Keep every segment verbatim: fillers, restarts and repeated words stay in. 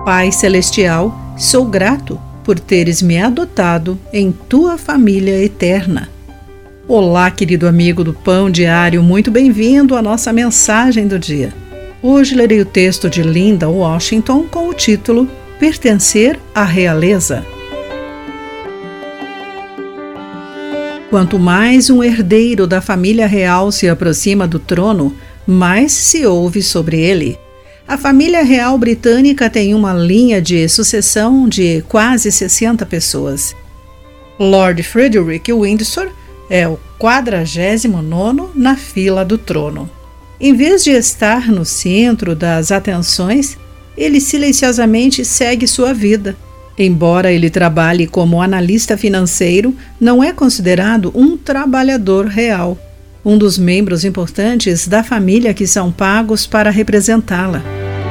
Pai Celestial, sou grato por teres me adotado em tua família eterna. Olá, querido amigo do Pão Diário, muito bem-vindo à nossa mensagem do dia. Hoje lerei o texto de Linda Washington com o título Pertencer à Realeza. Quanto mais um herdeiro da família real se aproxima do trono, mais se ouve sobre ele. A família real britânica tem uma linha de sucessão de quase sessenta pessoas. Lord Frederick Windsor é o quadragésimo nono na fila do trono. Em vez de estar no centro das atenções, ele silenciosamente segue sua vida. Embora ele trabalhe como analista financeiro, não é considerado um trabalhador real, um dos membros importantes da família que são pagos para representá-la.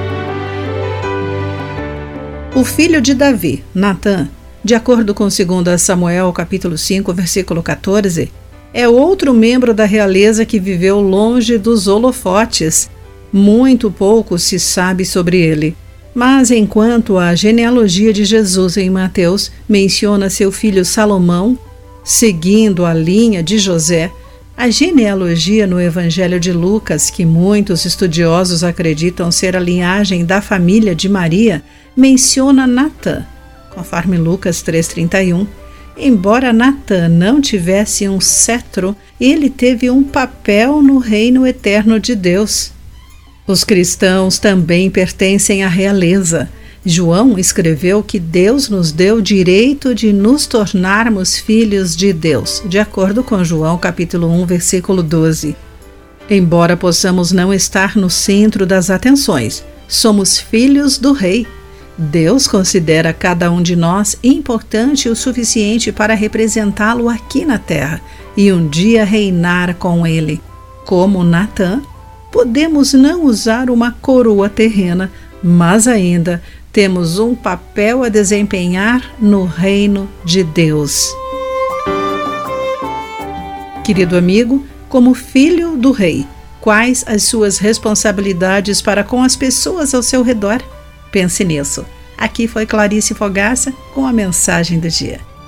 O filho de Davi, Natã, de acordo com dois Samuel capítulo cinco, versículo quatorze, é outro membro da realeza que viveu longe dos holofotes. Muito pouco se sabe sobre ele. Mas enquanto a genealogia de Jesus em Mateus menciona seu filho Salomão, seguindo a linha de José, a genealogia no Evangelho de Lucas, que muitos estudiosos acreditam ser a linhagem da família de Maria, menciona Natã, conforme Lucas três, trinta e um. Embora Natã não tivesse um cetro, ele teve um papel no reino eterno de Deus. Os cristãos também pertencem à realeza. João escreveu que Deus nos deu o direito de nos tornarmos filhos de Deus, de acordo com João capítulo um, versículo doze. Embora possamos não estar no centro das atenções, somos filhos do Rei. Deus considera cada um de nós importante o suficiente para representá-lo aqui na terra e um dia reinar com ele. Como Natã, podemos não usar uma coroa terrena, mas ainda temos um papel a desempenhar no reino de Deus. Querido amigo, como filho do rei, quais as suas responsabilidades para com as pessoas ao seu redor? Pense nisso. Aqui foi Clarice Fogaça com a mensagem do dia.